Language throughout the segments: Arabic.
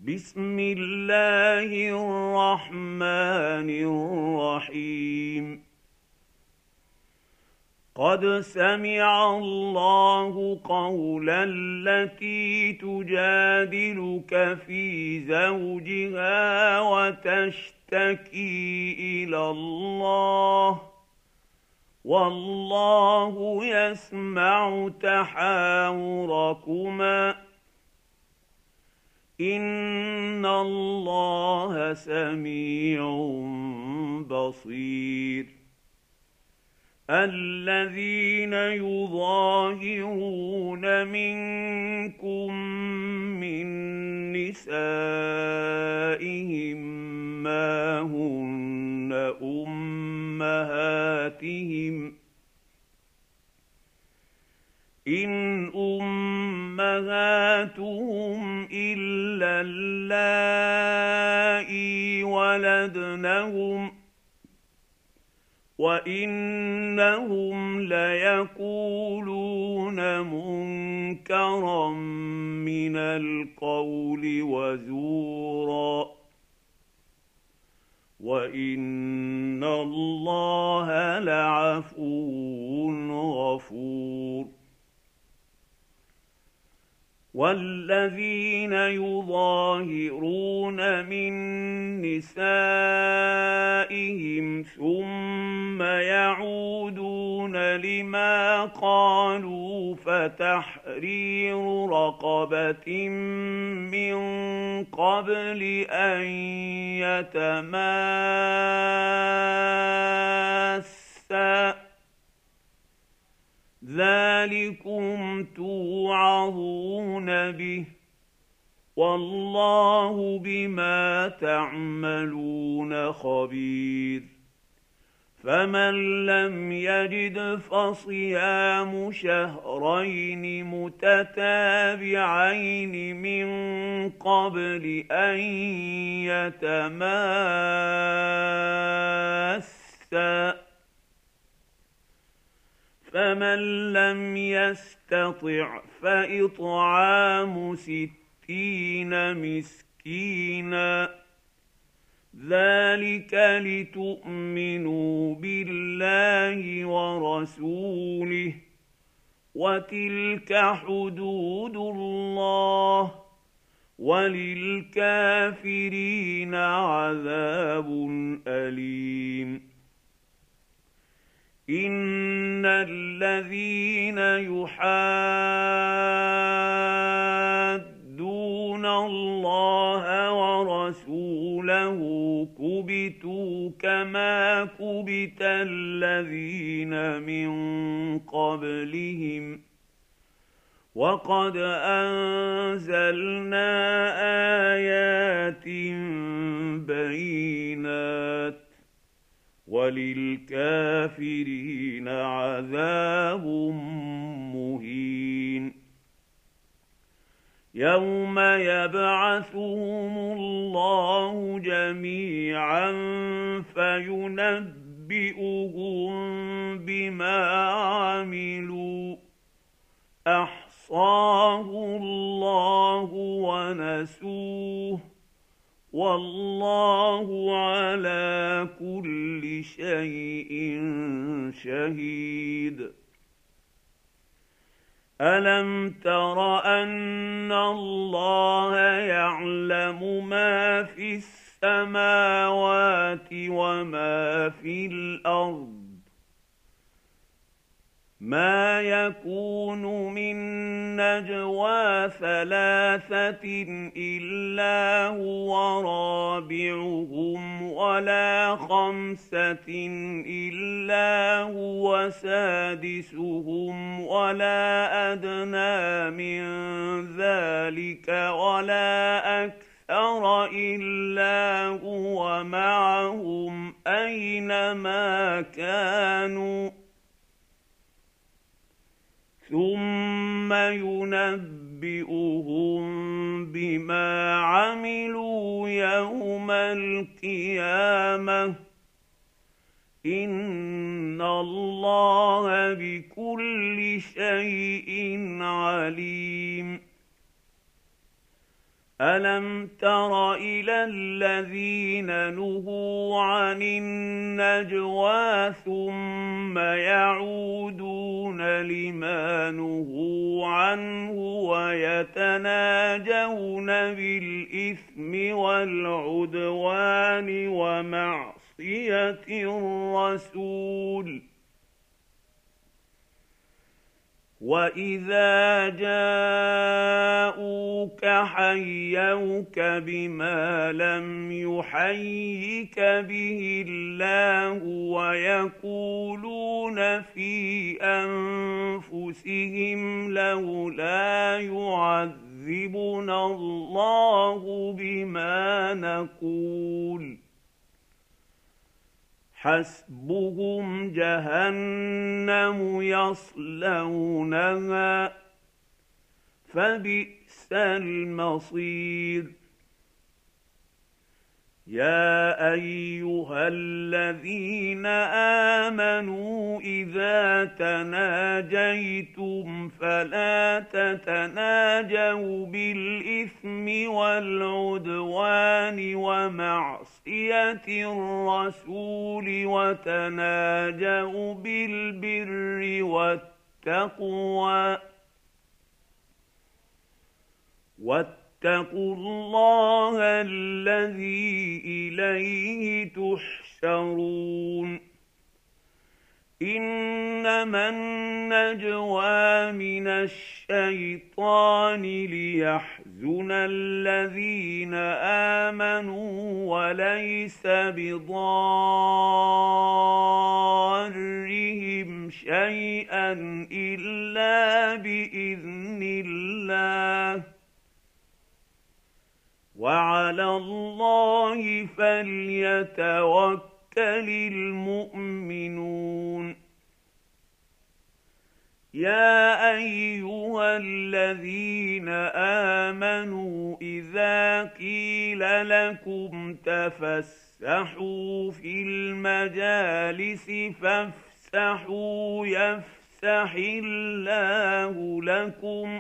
بسم الله الرحمن الرحيم. قد سمع الله قول التي تجادلك في زوجها وتشتكي إلى الله والله يسمع تحاوركما إن الله سميع بصير. الذين يظاهرون منكم من نسائهم ما هن أمهاتهم إن أمهاتهم إلا اللائي ولدنهم وإنهم ليقولون منكرا من القول وزورا وإن الله لعفو غفور. والذين يظاهرون من نسائهم ثم يعودون لما قالوا فتحرير رقبة من قبل أن يتماسا ذلكم توعظون به والله بما تعملون خبير. فمن لم يجد فصيام شهرين متتابعين من قبل أن يتماسا فمن لم يستطع فإطعام 60 مسكينا ذلك لتؤمنوا بالله ورسوله وتلك حدود الله وللكافرين عذاب أليم. إن الذين يحادون الله ورسوله كبتوا كما كبت الذين من قبلهم وقد أنزلنا آيات بينات وللكافرين عذاب مهين. يوم يبعثهم الله جميعا فينبئهم بما عملوا أحصاه الله ونسوه والله على كل شيء شهيد. ألم تر أن الله يعلم ما في السماوات وما في الأرض ما يكون من نجوى 3 إلا هو رابعهم ولا 5 إلا هو سادسهم ولا أدنى من ذلك ولا أكثر إلا هو معهم أينما كانوا ثم ينبئهم بما عملوا يوم القيامة إن الله بكل شيء عليم. ألم تر إلى الذين نهوا عن النجوى ثم يعودون لما نهوا عنه ويتناجون بالإثم والعدوان ومعصية الرسول وإذا جاءوك حيوك بما لم يحيك به الله ويقولون في أنفسهم لولا يعذبنا الله بما نقول حسبهم جهنم يصلونها فبئس المصير يا أيها الذين آمنوا إذا تناجيتم فلا تتناجوا بالإثم والعدوان ومعصية الرسول وتناجوا بالبر والتقوى واتقوا الله الذي إليه تحشرون إنما النجوى من الشيطان ليحزن الذين آمنوا وليس بضارهم شيئا إلا بإذن الله وعلى الله فليتوكل المؤمنون يا أيها الذين آمنوا إذا قيل لكم تفسحوا في المجالس فافسحوا يفسح الله لكم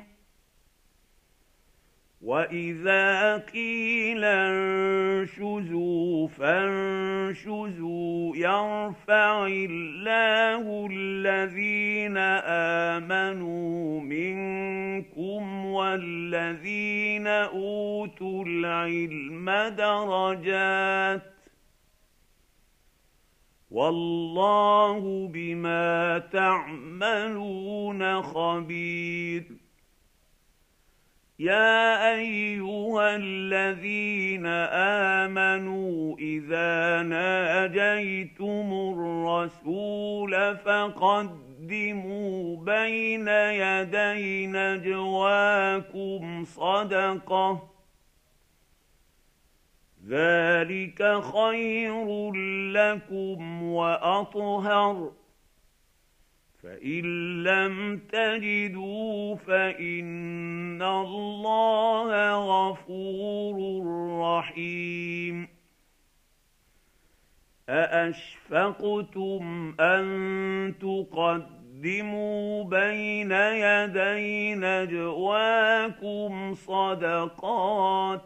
وإذا قيل انشزوا فانشزوا يرفع الله الذين آمنوا منكم والذين أوتوا العلم درجات والله بما تعملون خبير يا أيها الذين آمنوا إذا ناجيتم الرسول فقدموا بين يدي نجواكم صدقة ذلك خير لكم وأطهر فإن لم تجدوا فإن الله غفور رحيم أأشفقتم أن تقدموا بين يدي نجواكم صدقات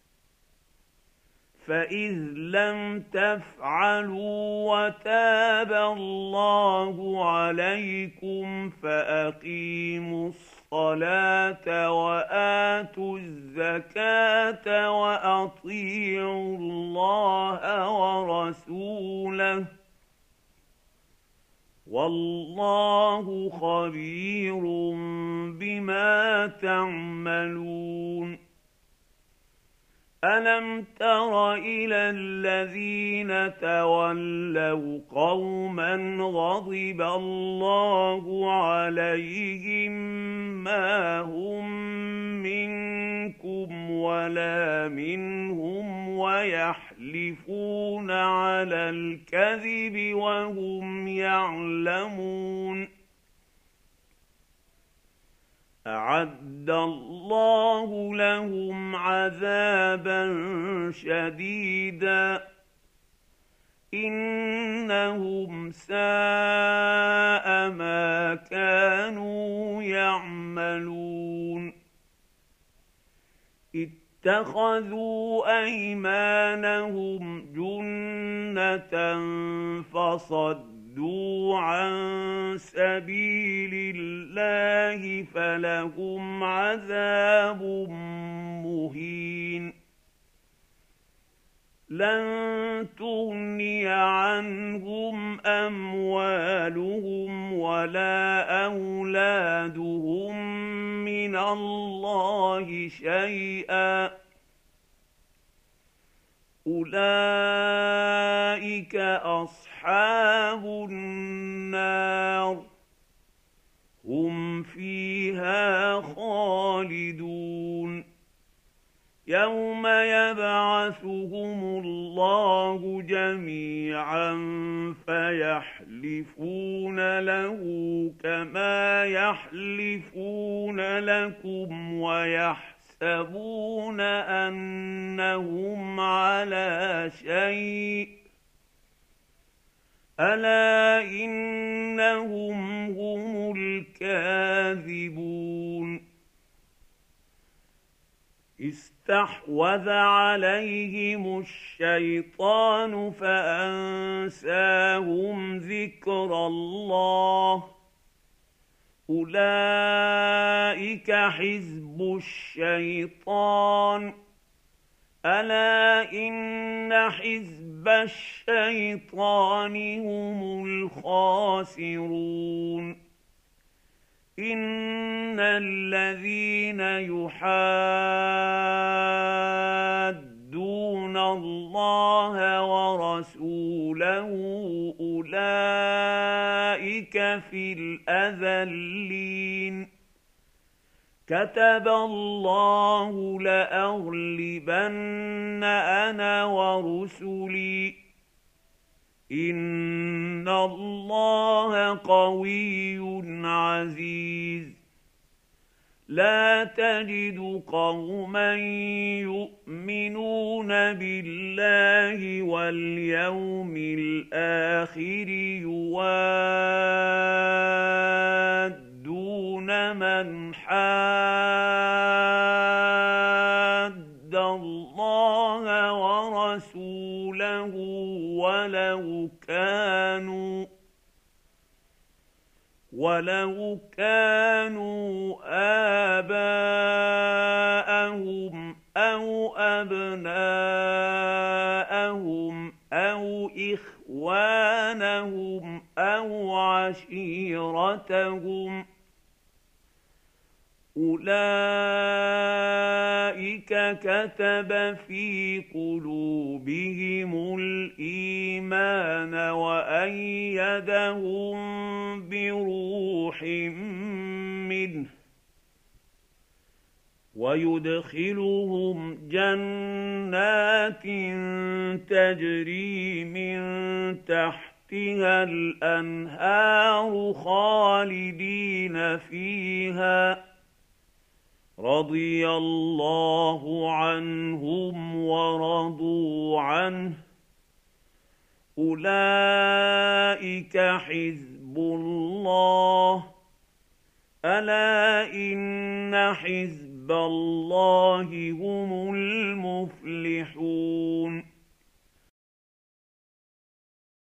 فإذ لم تفعلوا وتاب الله عليكم فأقيموا الصلاة وآتوا الزكاة وأطيعوا الله ورسوله والله خبير بما تعملون ألم تر إلى الذين تولوا قوما غضب الله عليهم ما هم منكم ولا منهم ويحلفون على الكذب وهم يعلمون أعد الله لهم عذابا شديدا إنهم ساء ما كانوا يعملون اتخذوا أيمانهم جنة فصدوا عن سبيل الله فلهم عذاب مهين لن تغني عنهم أموالهم ولا أولادهم من الله شيئا أولئك أصحاب النار هم فيها خالدون يوم يبعثهم الله جميعا فيحلفون له كما يحلفون لكم ويحسبون أنهم على شيء ألا إنهم هم الكاذبون استحوذ عليهم الشيطان فأنساهم ذكر الله أولئك حزب الشيطان ألا إن حزب الشيطان هم الخاسرون إن الذين يحادون الله ورسوله أولئك في الأذلين كتب الله لأغلبن أنا ورسلي إن الله قوي عزيز لا تجد قوما يؤمنون بالله واليوم الآخر يوادون من حاد الله ورسوله ولو كانوا آباءهم أو أبناءهم أو إخوانهم أو عشيرتهم أولئك كتب في قلوبهم الإيمان وأيدهم بروح منه ويدخلهم جنات تجري من تحتها الأنهار خالدين فيها رضي الله عنهم ورضوا عنه أولئك حزب الله ألا إن حزب الله هم المفلحون